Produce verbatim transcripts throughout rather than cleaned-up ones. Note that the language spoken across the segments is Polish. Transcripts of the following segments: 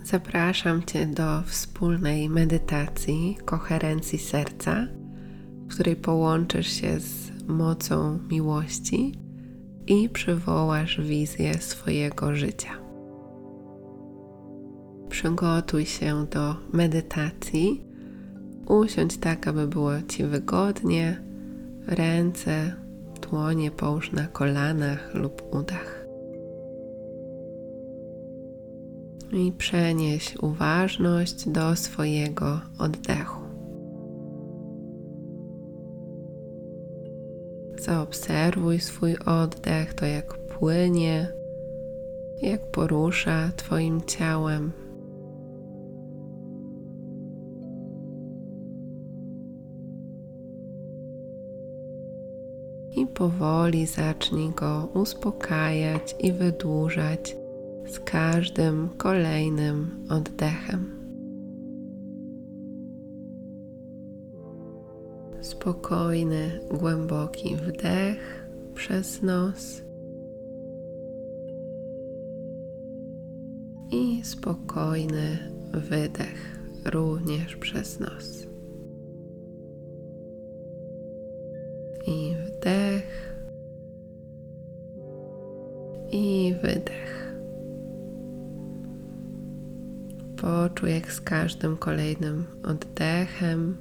Zapraszam Cię do wspólnej medytacji koherencji serca, w której połączysz się z mocą miłości i przywołasz wizję swojego życia. Przygotuj się do medytacji. Usiądź tak, aby było Ci wygodnie. Ręce, dłonie połóż na kolanach lub udach. I przenieś uważność do swojego oddechu. Zaobserwuj swój oddech, to jak płynie, jak porusza Twoim ciałem. I powoli zacznij go uspokajać i wydłużać z każdym kolejnym oddechem. Spokojny, głęboki wdech przez nos i spokojny wydech również przez nos. I wdech i wydech. Poczuj, jak z każdym kolejnym oddechem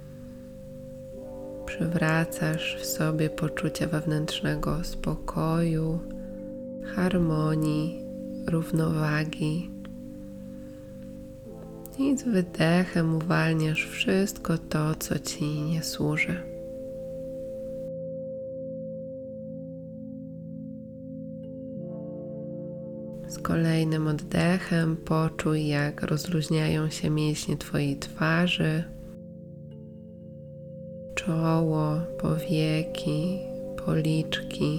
przywracasz w sobie poczucie wewnętrznego spokoju, harmonii, równowagi. I z wydechem uwalniasz wszystko to, co Ci nie służy. Z kolejnym oddechem poczuj, jak rozluźniają się mięśnie Twojej twarzy, czoło, powieki, policzki.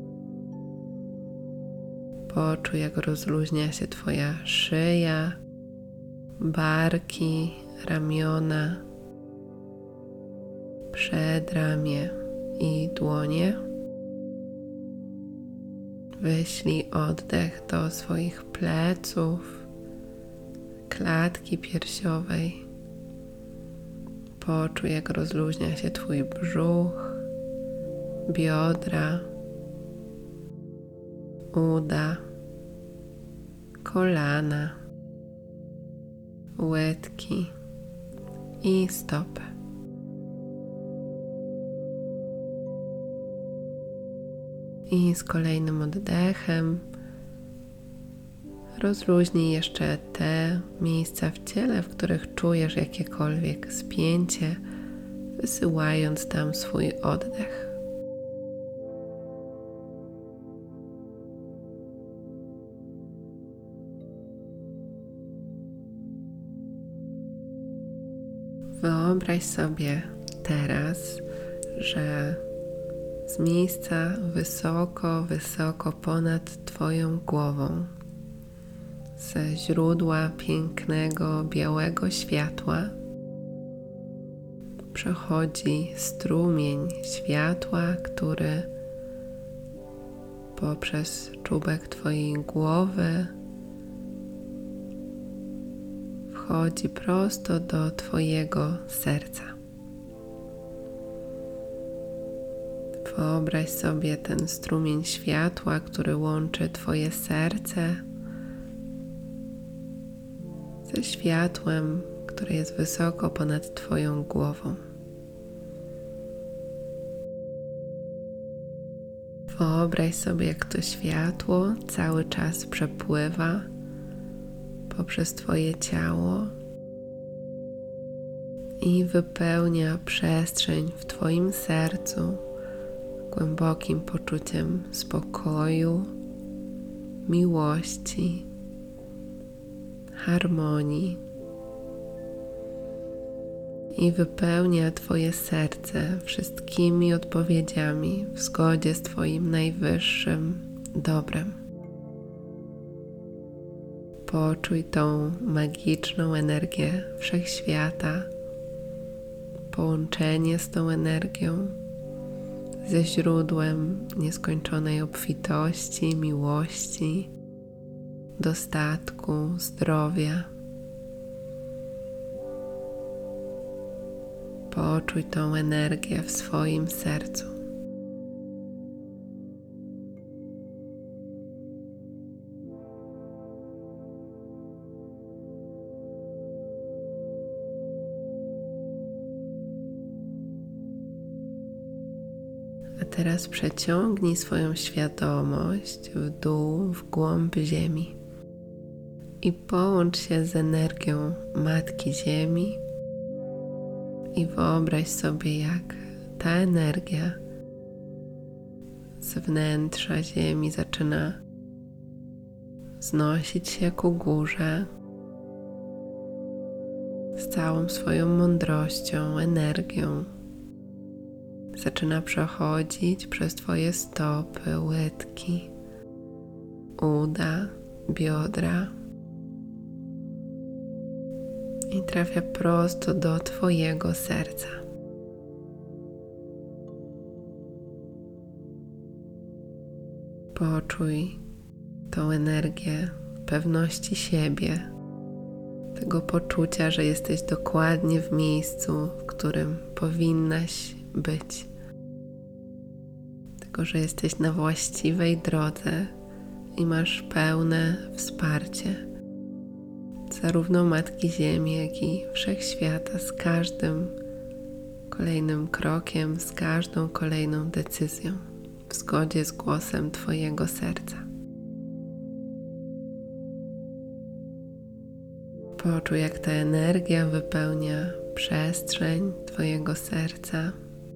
Poczuj, jak rozluźnia się Twoja szyja, barki, ramiona, przedramię i dłonie. Wyślij oddech do swoich pleców, klatki piersiowej. Poczuj, jak rozluźnia się Twój brzuch, biodra, uda, kolana, łydki i stopy. I z kolejnym oddechem rozluźnij jeszcze te miejsca w ciele, w których czujesz jakiekolwiek spięcie, wysyłając tam swój oddech. Wyobraź sobie teraz, że z miejsca wysoko, wysoko ponad Twoją głową, ze źródła pięknego, białego światła, przechodzi strumień światła, który poprzez czubek Twojej głowy wchodzi prosto do Twojego serca. Wyobraź sobie ten strumień światła, który łączy Twoje serce ze światłem, które jest wysoko ponad Twoją głową. Wyobraź sobie, jak to światło cały czas przepływa poprzez Twoje ciało i wypełnia przestrzeń w Twoim sercu głębokim poczuciem spokoju, miłości, harmonii i wypełnia Twoje serce wszystkimi odpowiedziami w zgodzie z Twoim najwyższym dobrem. Poczuj tą magiczną energię wszechświata, połączenie z tą energią, ze źródłem nieskończonej obfitości, miłości, dostatku, zdrowia. Poczuj tą energię w swoim sercu. A teraz przeciągnij swoją świadomość w dół, w głąb Ziemi i połącz się z energią Matki Ziemi i wyobraź sobie, jak ta energia z wnętrza Ziemi zaczyna znosić się ku górze z całą swoją mądrością, energią. Zaczyna przechodzić przez Twoje stopy, łydki, uda, biodra i trafia prosto do Twojego serca. Poczuj tą energię pewności siebie, tego poczucia, że jesteś dokładnie w miejscu, w którym powinnaś być. Tego, że jesteś na właściwej drodze i masz pełne wsparcie zarówno Matki Ziemi, jak i Wszechświata z każdym kolejnym krokiem, z każdą kolejną decyzją w zgodzie z głosem Twojego serca. Poczuj, jak ta energia wypełnia przestrzeń Twojego serca.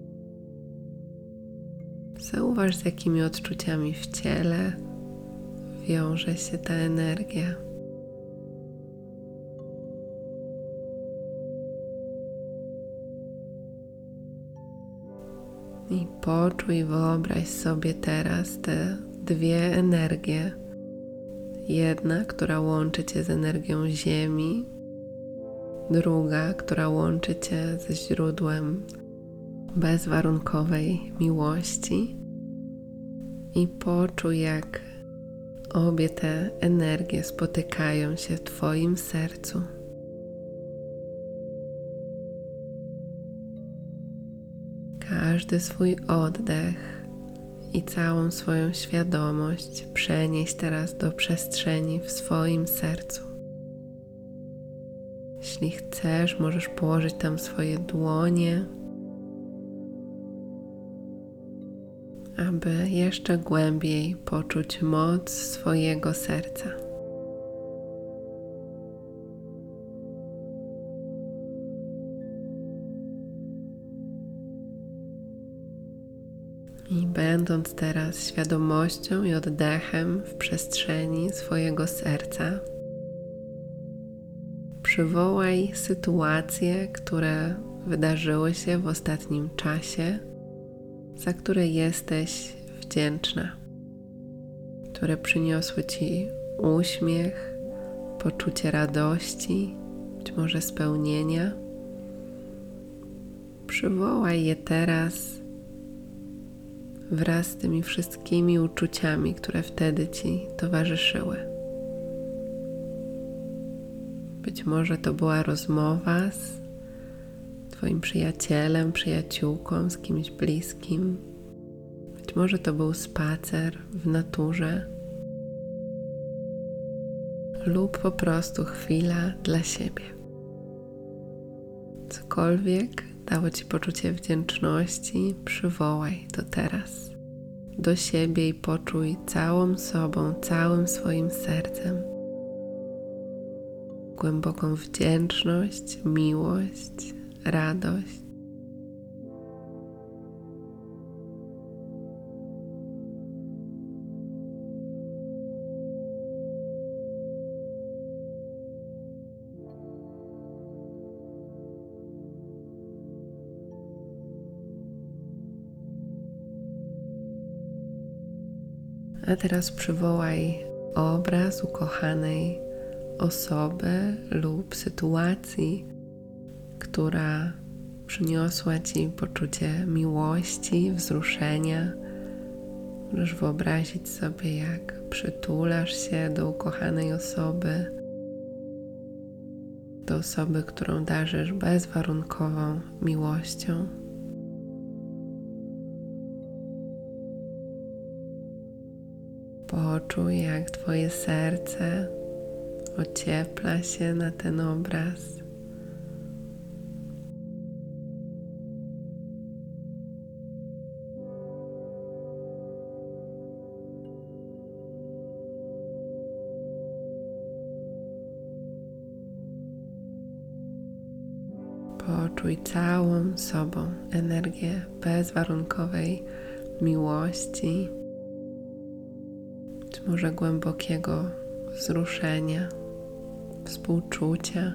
Zauważ, z jakimi odczuciami w ciele wiąże się ta energia. I poczuj, wyobraź sobie teraz te dwie energie. Jedna, która łączy Cię z energią Ziemi, druga, która łączy Cię ze źródłem bezwarunkowej miłości. I poczuj, jak obie te energie spotykają się w Twoim sercu. Każdy swój oddech i całą swoją świadomość przenieś teraz do przestrzeni w swoim sercu. Jeśli chcesz, możesz położyć tam swoje dłonie, aby jeszcze głębiej poczuć moc swojego serca. I będąc teraz świadomością i oddechem w przestrzeni swojego serca, przywołaj sytuacje, które wydarzyły się w ostatnim czasie, za które jesteś wdzięczna, które przyniosły Ci uśmiech, poczucie radości, być może spełnienia. Przywołaj je teraz wraz z tymi wszystkimi uczuciami, które wtedy Ci towarzyszyły. Być może to była rozmowa z Twoim przyjacielem, przyjaciółką, z kimś bliskim. Być może to był spacer w naturze lub po prostu chwila dla siebie. Cokolwiek dało Ci poczucie wdzięczności, przywołaj to teraz do siebie i poczuj całą sobą, całym swoim sercem głęboką wdzięczność, miłość, radość. A teraz przywołaj obraz ukochanej osoby lub sytuacji, która przyniosła Ci poczucie miłości, wzruszenia, Możesz wyobrazić sobie, jak przytulasz się do ukochanej osoby, do osoby, którą darzysz bezwarunkową miłością. Poczuj, jak Twoje serce ociepla się na ten obraz. Poczuj całą sobą energię bezwarunkowej miłości, czy może głębokiego wzruszenia, współczucia.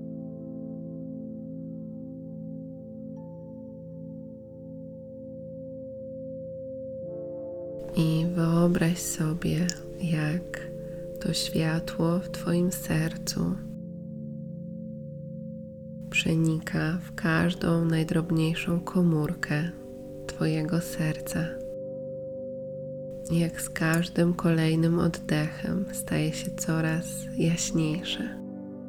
I wyobraź sobie, jak to światło w Twoim sercu przenika w każdą najdrobniejszą komórkę Twojego serca. I jak z każdym kolejnym oddechem staje się coraz jaśniejsze.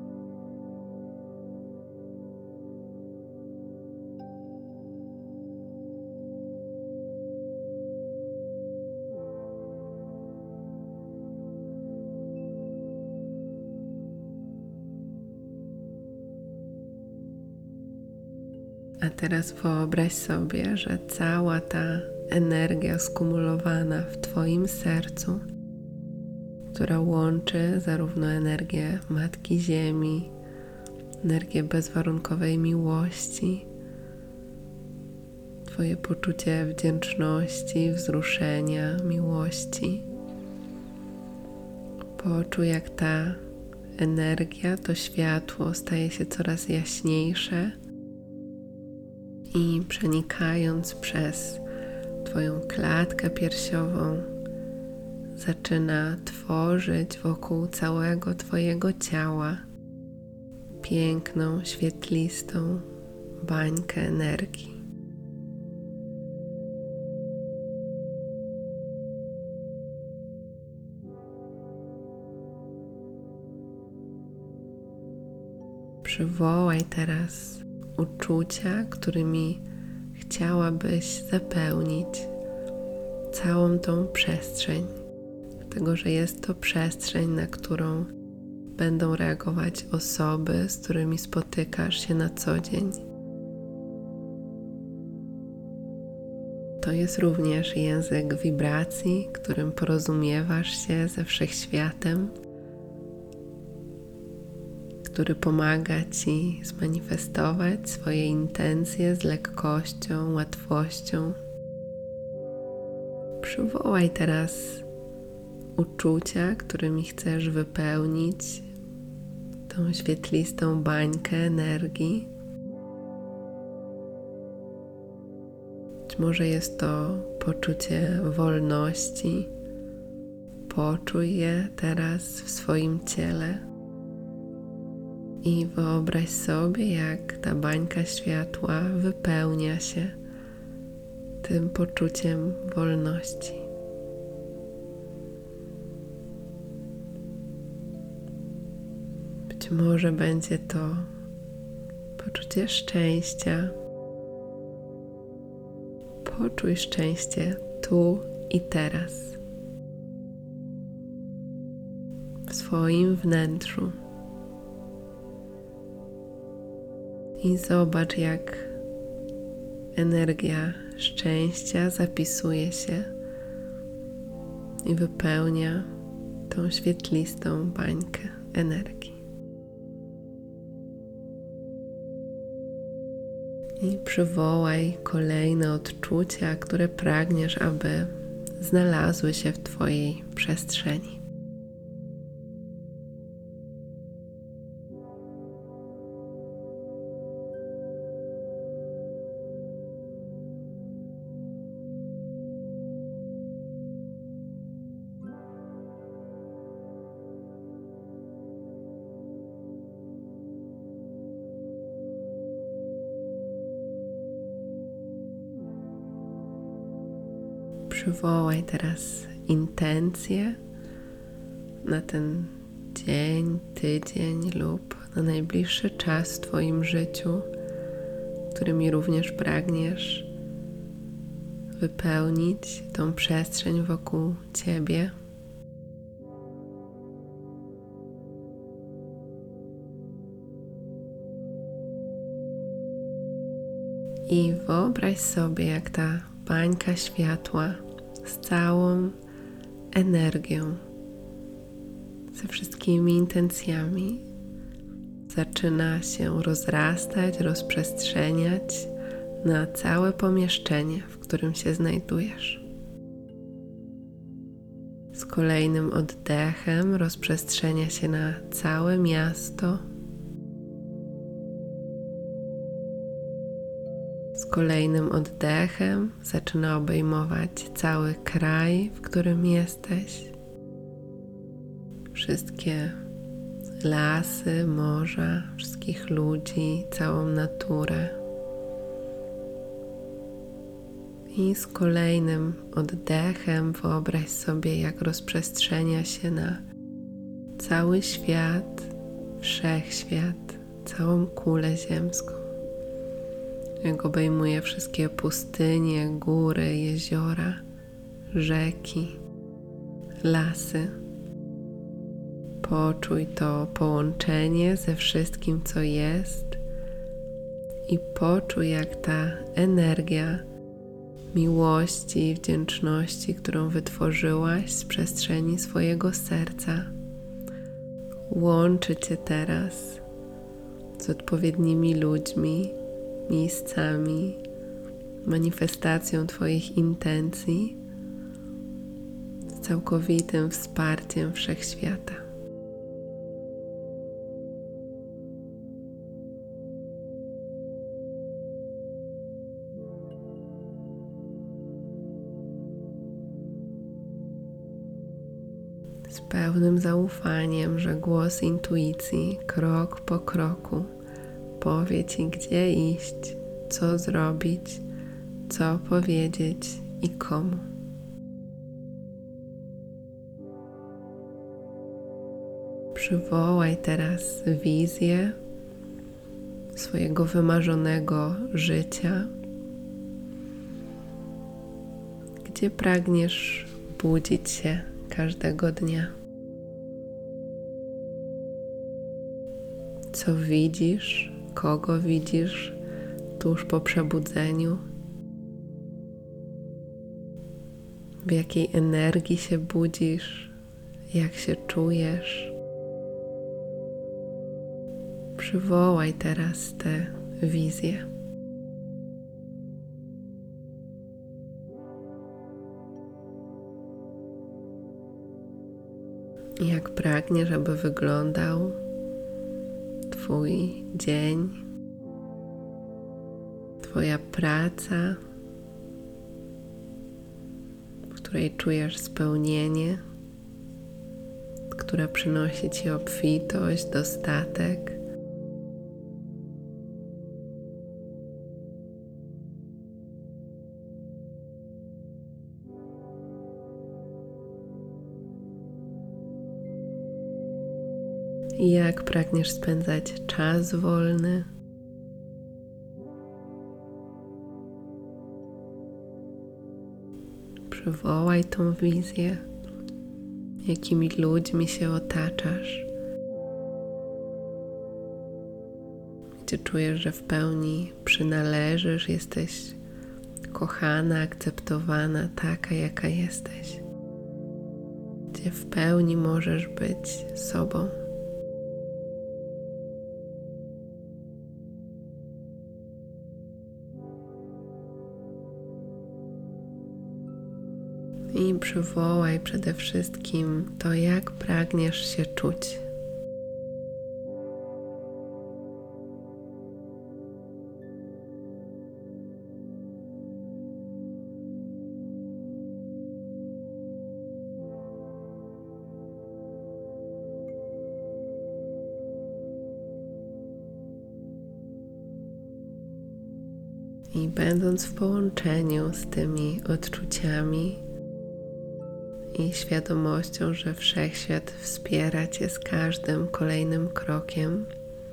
A teraz wyobraź sobie, że cała ta energia skumulowana w Twoim sercu, która łączy zarówno energię Matki Ziemi, energię bezwarunkowej miłości, Twoje poczucie wdzięczności, wzruszenia, miłości. Poczuj, jak ta energia, to światło staje się coraz jaśniejsze i przenikając przez Twoją klatkę piersiową zaczyna tworzyć wokół całego Twojego ciała piękną, świetlistą bańkę energii. Przywołaj teraz uczucia, którymi chciałabyś zapełnić całą tą przestrzeń, dlatego że jest to przestrzeń, na którą będą reagować osoby, z którymi spotykasz się na co dzień. To jest również język wibracji, którym porozumiewasz się ze wszechświatem, który pomaga Ci zmanifestować swoje intencje z lekkością, łatwością. Przywołaj teraz uczucia, którymi chcesz wypełnić tą świetlistą bańkę energii. Być może jest to poczucie wolności. Poczuj je teraz w swoim ciele. I wyobraź sobie, jak ta bańka światła wypełnia się tym poczuciem wolności. Być może będzie to poczucie szczęścia. Poczuj szczęście tu i teraz, w swoim wnętrzu. I zobacz, jak energia szczęścia zapisuje się i wypełnia tą świetlistą bańkę energii. I przywołaj kolejne odczucia, które pragniesz, aby znalazły się w Twojej przestrzeni. Przywołaj teraz intencje na ten dzień, tydzień lub na najbliższy czas w Twoim życiu, którymi również pragniesz wypełnić tą przestrzeń wokół Ciebie. I wyobraź sobie, jak ta bańka światła z całą energią, ze wszystkimi intencjami zaczyna się rozrastać, rozprzestrzeniać na całe pomieszczenie, w którym się znajdujesz. Z kolejnym oddechem rozprzestrzenia się na całe miasto. Z kolejnym oddechem zaczyna obejmować cały kraj, w którym jesteś. Wszystkie lasy, morza, wszystkich ludzi, całą naturę. I z kolejnym oddechem wyobraź sobie, jak rozprzestrzenia się na cały świat, wszechświat, całą kulę ziemską. Jak obejmuje wszystkie pustynie, góry, jeziora, rzeki, lasy. Poczuj to połączenie ze wszystkim, co jest i poczuj, jak ta energia miłości i wdzięczności, którą wytworzyłaś z przestrzeni swojego serca, łączy Cię teraz z odpowiednimi ludźmi, miejscami, manifestacją Twoich intencji, z całkowitym wsparciem Wszechświata. Z pełnym zaufaniem, że głos intuicji krok po kroku powie Ci, gdzie iść, co zrobić, co powiedzieć i komu. Przywołaj teraz wizję swojego wymarzonego życia, gdzie pragniesz budzić się każdego dnia. Co widzisz, kogo widzisz tuż po przebudzeniu, w jakiej energii się budzisz, jak się czujesz. Przywołaj teraz tę wizję. Jak pragniesz, aby wyglądał Twój dzień, Twoja praca, w której czujesz spełnienie, która przynosi Ci obfitość, dostatek. I jak pragniesz spędzać czas wolny. Przywołaj tą wizję, jakimi ludźmi się otaczasz, gdzie czujesz, że w pełni przynależysz, jesteś kochana, akceptowana taka, jaka jesteś, gdzie w pełni możesz być sobą. I przywołaj przede wszystkim to, jak pragniesz się czuć. I będąc w połączeniu z tymi odczuciami, i świadomością, że Wszechświat wspiera Cię z każdym kolejnym krokiem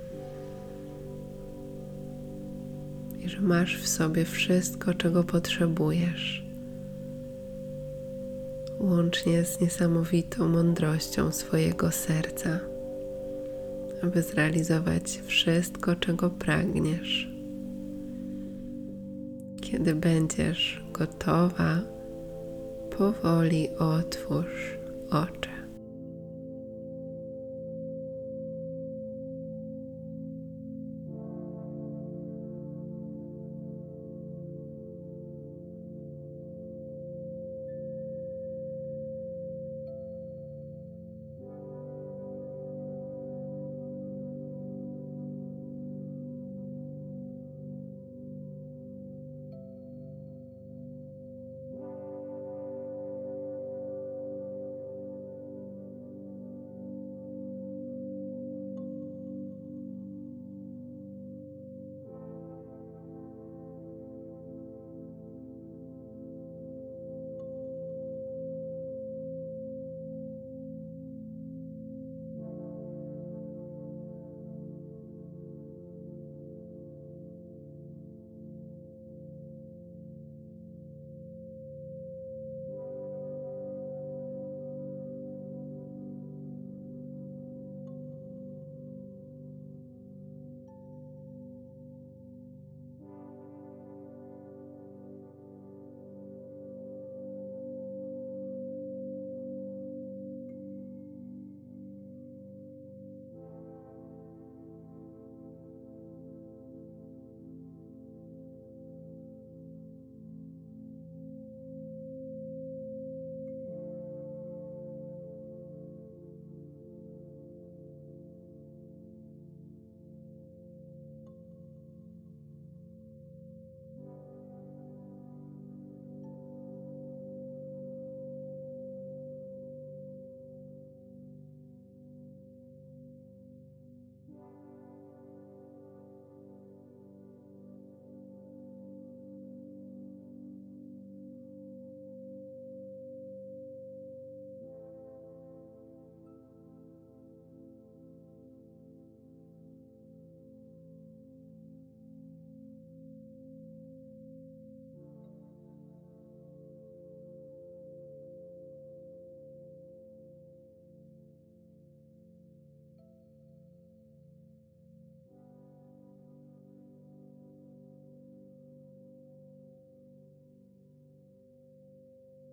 i że masz w sobie wszystko, czego potrzebujesz, łącznie z niesamowitą mądrością swojego serca, aby zrealizować wszystko, czego pragniesz. Kiedy będziesz gotowa, powoli otwórz oczy.